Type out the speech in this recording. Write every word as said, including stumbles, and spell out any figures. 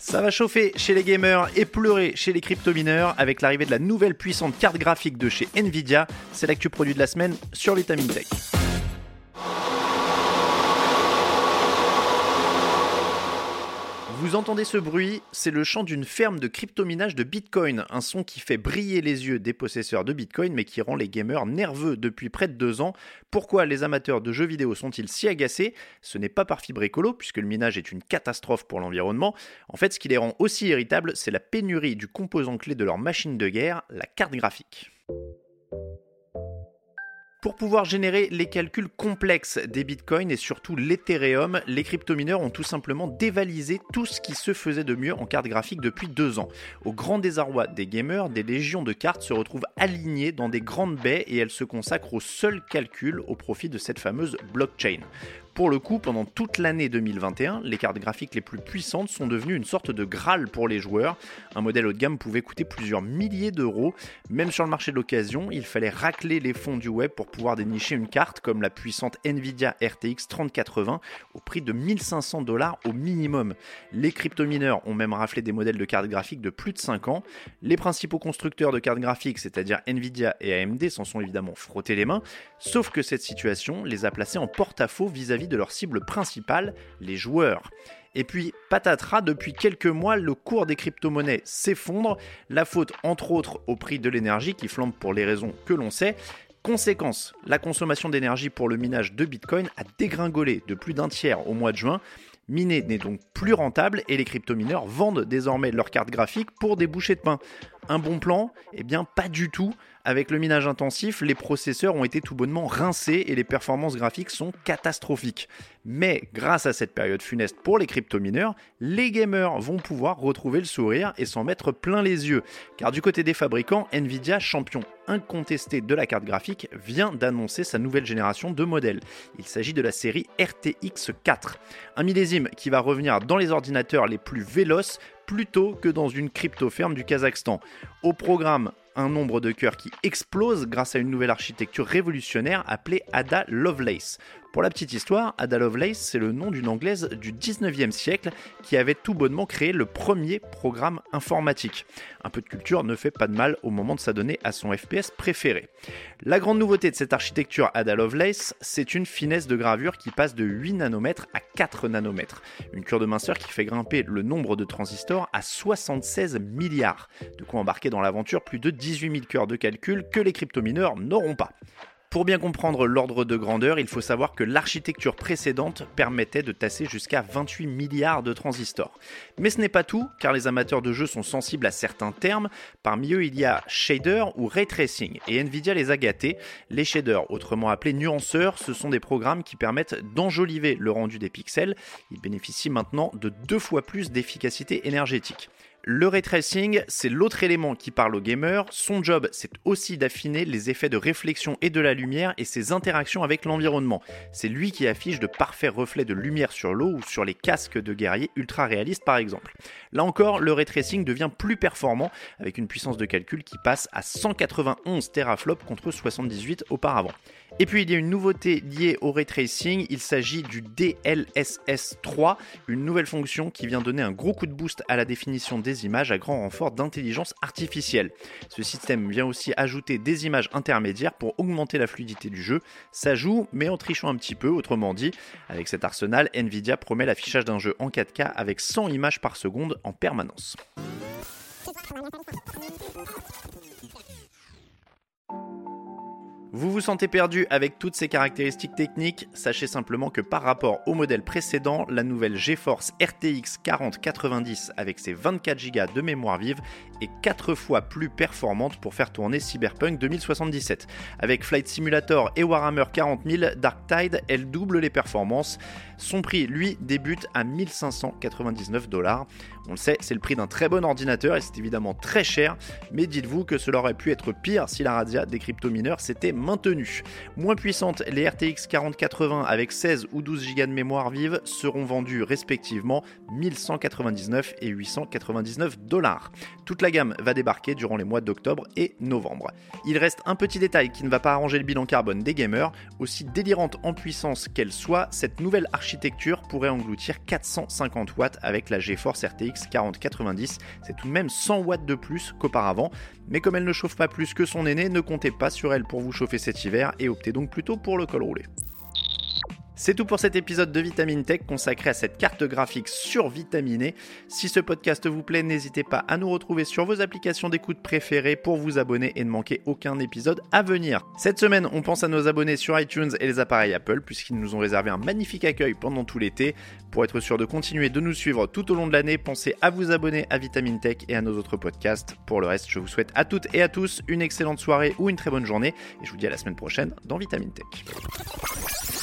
Ça va chauffer chez les gamers et pleurer chez les crypto-mineurs avec l'arrivée de la nouvelle puissante carte graphique de chez Nvidia. C'est l'actu produit de la semaine sur Vitamin Tech. Vous entendez ce bruit, c'est le chant d'une ferme de crypto-minage de Bitcoin, un son qui fait briller les yeux des possesseurs de Bitcoin mais qui rend les gamers nerveux depuis près de deux ans. Pourquoi les amateurs de jeux vidéo sont-ils si agacés ? Ce n'est pas par fibre écolo puisque le minage est une catastrophe pour l'environnement. En fait, ce qui les rend aussi irritables, c'est la pénurie du composant clé de leur machine de guerre, la carte graphique. Pour pouvoir générer les calculs complexes des bitcoins et surtout l'Ethereum, les crypto-mineurs ont tout simplement dévalisé tout ce qui se faisait de mieux en carte graphique depuis deux ans. Au grand désarroi des gamers, des légions de cartes se retrouvent alignées dans des grandes baies et elles se consacrent au seul calcul au profit de cette fameuse blockchain. Pour le coup, pendant toute l'année deux mille vingt et un, les cartes graphiques les plus puissantes sont devenues une sorte de Graal pour les joueurs. Un modèle haut de gamme pouvait coûter plusieurs milliers d'euros. Même sur le marché de l'occasion, il fallait racler les fonds du web pour pouvoir dénicher une carte comme la puissante Nvidia R T X trente quatre-vingts au prix de mille cinq cents dollars au minimum. Les crypto-mineurs ont même raflé des modèles de cartes graphiques de plus de cinq ans. Les principaux constructeurs de cartes graphiques, c'est-à-dire Nvidia et A M D, s'en sont évidemment frottés les mains. Sauf que cette situation les a placés en porte-à-faux vis-à-vis de leur cible principale, les joueurs. Et puis, patatras, depuis quelques mois, le cours des crypto-monnaies s'effondre, la faute entre autres au prix de l'énergie qui flambe pour les raisons que l'on sait. Conséquence, la consommation d'énergie pour le minage de Bitcoin a dégringolé de plus d'un tiers au mois de juin. Miner n'est donc plus rentable et les crypto-mineurs vendent désormais leurs cartes graphiques pour des bouchées de pain. Un bon plan ? Eh bien pas du tout. Avec le minage intensif, les processeurs ont été tout bonnement rincés et les performances graphiques sont catastrophiques. Mais grâce à cette période funeste pour les crypto-mineurs, les gamers vont pouvoir retrouver le sourire et s'en mettre plein les yeux. Car du côté des fabricants, Nvidia, champion incontesté de la carte graphique, vient d'annoncer sa nouvelle génération de modèles. Il s'agit de la série R T X quatre. Un millésime qui va revenir dans les ordinateurs les plus véloces plutôt que dans une crypto-ferme du Kazakhstan. Au programme, un nombre de cœurs qui explose grâce à une nouvelle architecture révolutionnaire appelée Ada Lovelace. Pour la petite histoire, Ada Lovelace, c'est le nom d'une anglaise du dix-neuvième siècle qui avait tout bonnement créé le premier programme informatique. Un peu de culture ne fait pas de mal au moment de s'adonner à son F P S préféré. La grande nouveauté de cette architecture Ada Lovelace, c'est une finesse de gravure qui passe de huit nanomètres à quatre nanomètres. Une cure de minceur qui fait grimper le nombre de transistors à soixante-seize milliards. De quoi embarquer dans l'aventure plus de dix-huit mille cœurs de calcul que les crypto-mineurs n'auront pas. Pour bien comprendre l'ordre de grandeur, il faut savoir que l'architecture précédente permettait de tasser jusqu'à vingt-huit milliards de transistors. Mais ce n'est pas tout, car les amateurs de jeux sont sensibles à certains termes. Parmi eux, il y a shader ou ray tracing, et Nvidia les a gâtés. Les shaders, autrement appelés nuanceurs, ce sont des programmes qui permettent d'enjoliver le rendu des pixels. Ils bénéficient maintenant de deux fois plus d'efficacité énergétique. Le ray tracing, c'est l'autre élément qui parle aux gamers. Son job, c'est aussi d'affiner les effets de réflexion et de la lumière et ses interactions avec l'environnement. C'est lui qui affiche de parfaits reflets de lumière sur l'eau ou sur les casques de guerriers ultra réalistes par exemple. Là encore, le ray tracing devient plus performant avec une puissance de calcul qui passe à cent quatre-vingt-onze teraflops contre soixante-dix-huit auparavant. Et puis il y a une nouveauté liée au ray tracing, il s'agit du D L S S trois, une nouvelle fonction qui vient donner un gros coup de boost à la définition des images à grand renfort d'intelligence artificielle. Ce système vient aussi ajouter des images intermédiaires pour augmenter la fluidité du jeu. Ça joue, mais en trichant un petit peu, autrement dit. Avec cet arsenal, Nvidia promet l'affichage d'un jeu en quatre K avec cent images par seconde en permanence. Vous vous sentez perdu avec toutes ces caractéristiques techniques ? Sachez simplement que par rapport au modèle précédent, la nouvelle GeForce R T X quarante quatre-vingt-dix avec ses vingt-quatre giga de mémoire vive est quatre fois plus performante pour faire tourner Cyberpunk deux mille soixante-dix-sept. Avec Flight Simulator et Warhammer quarante mille, Darktide, elle double les performances. Son prix, lui, débute à mille cinq cent quatre-vingt-dix-neuf dollars. On le sait, c'est le prix d'un très bon ordinateur et c'est évidemment très cher, mais dites-vous que cela aurait pu être pire si la radia des crypto-mineurs s'était maintenue. Moins puissantes, les R T X quarante quatre-vingts avec seize ou douze giga de mémoire vive seront vendus respectivement mille cent quatre-vingt-dix-neuf et huit cent quatre-vingt-dix-neuf dollars. Toute la gamme va débarquer durant les mois d'octobre et novembre. Il reste un petit détail qui ne va pas arranger le bilan carbone des gamers. Aussi délirante en puissance qu'elle soit, cette nouvelle architecture pourrait engloutir quatre cent cinquante watts avec la GeForce R T X X quarante quatre-vingt-dix. C'est tout de même cent watts de plus qu'auparavant. Mais comme elle ne chauffe pas plus que son aîné, ne comptez pas sur elle pour vous chauffer cet hiver et optez donc plutôt pour le col roulé. C'est tout pour cet épisode de Vitamine Tech consacré à cette carte graphique survitaminée. Si ce podcast vous plaît, n'hésitez pas à nous retrouver sur vos applications d'écoute préférées pour vous abonner et ne manquer aucun épisode à venir. Cette semaine, on pense à nos abonnés sur iTunes et les appareils Apple puisqu'ils nous ont réservé un magnifique accueil pendant tout l'été. Pour être sûr de continuer de nous suivre tout au long de l'année, pensez à vous abonner à Vitamine Tech et à nos autres podcasts. Pour le reste, je vous souhaite à toutes et à tous une excellente soirée ou une très bonne journée et je vous dis à la semaine prochaine dans Vitamine Tech.